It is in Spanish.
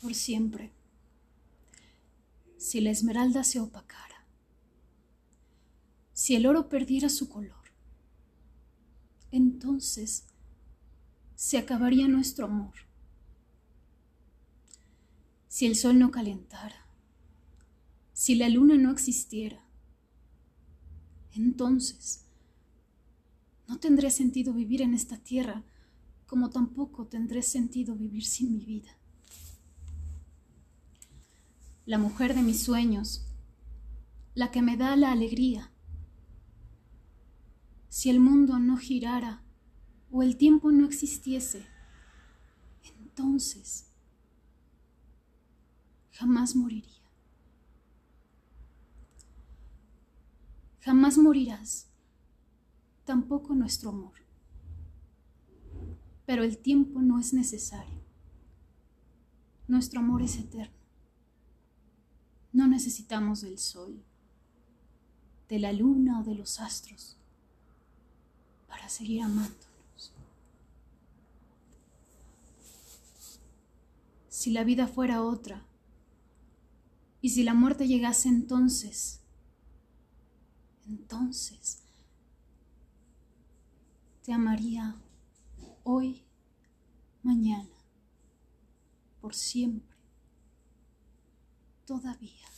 por siempre. Si la esmeralda se opacara, si el oro perdiera su color, entonces se acabaría nuestro amor. Si el sol no calentara, si la luna no existiera, entonces no tendría sentido vivir en esta tierra, como tampoco tendré sentido vivir sin mi vida. La mujer de mis sueños, la que me da la alegría. Si el mundo no girara o el tiempo no existiese, entonces jamás moriría. Jamás morirás, tampoco nuestro amor. Pero el tiempo no es necesario. Nuestro amor es eterno. No necesitamos del sol, de la luna o de los astros para seguir amándonos. Si la vida fuera otra, y si la muerte llegase entonces te amaría hoy, mañana, por siempre, todavía.